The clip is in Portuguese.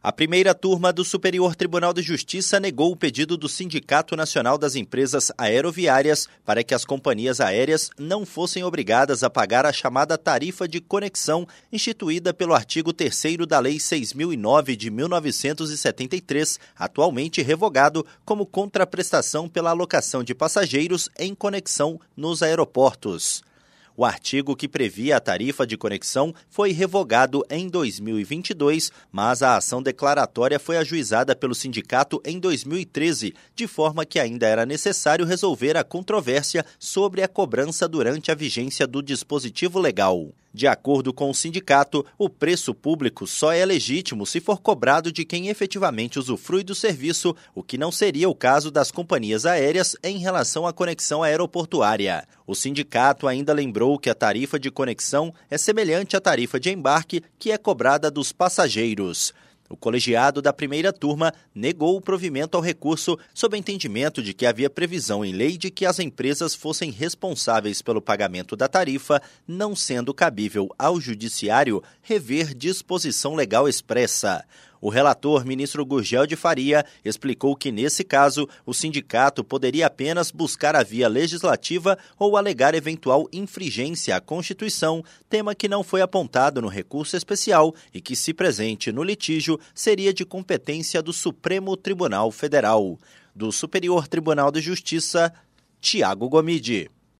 A primeira turma do Superior Tribunal de Justiça negou o pedido do Sindicato Nacional das Empresas Aeroviárias para que as companhias aéreas não fossem obrigadas a pagar a chamada tarifa de conexão instituída pelo artigo 3º da Lei 6.009 de 1973, atualmente revogado como contraprestação pela alocação de passageiros em conexão nos aeroportos. O artigo que previa a tarifa de conexão foi revogado em 2022, mas a ação declaratória foi ajuizada pelo sindicato em 2013, de forma que ainda era necessário resolver a controvérsia sobre a cobrança durante a vigência do dispositivo legal. De acordo com o sindicato, o preço público só é legítimo se for cobrado de quem efetivamente usufrui do serviço, o que não seria o caso das companhias aéreas em relação à conexão aeroportuária. O sindicato ainda lembrou que a tarifa de conexão é semelhante à tarifa de embarque, que é cobrada dos passageiros. O colegiado da primeira turma negou o provimento ao recurso sob entendimento de que havia previsão em lei de que as empresas fossem responsáveis pelo pagamento da tarifa, não sendo cabível ao judiciário rever disposição legal expressa. O relator, ministro Gurgel de Faria, explicou que, nesse caso, o sindicato poderia apenas buscar a via legislativa ou alegar eventual infringência à Constituição, tema que não foi apontado no recurso especial e que, se presente no litígio, seria de competência do Supremo Tribunal Federal. Do Superior Tribunal de Justiça, Tiago Gomide.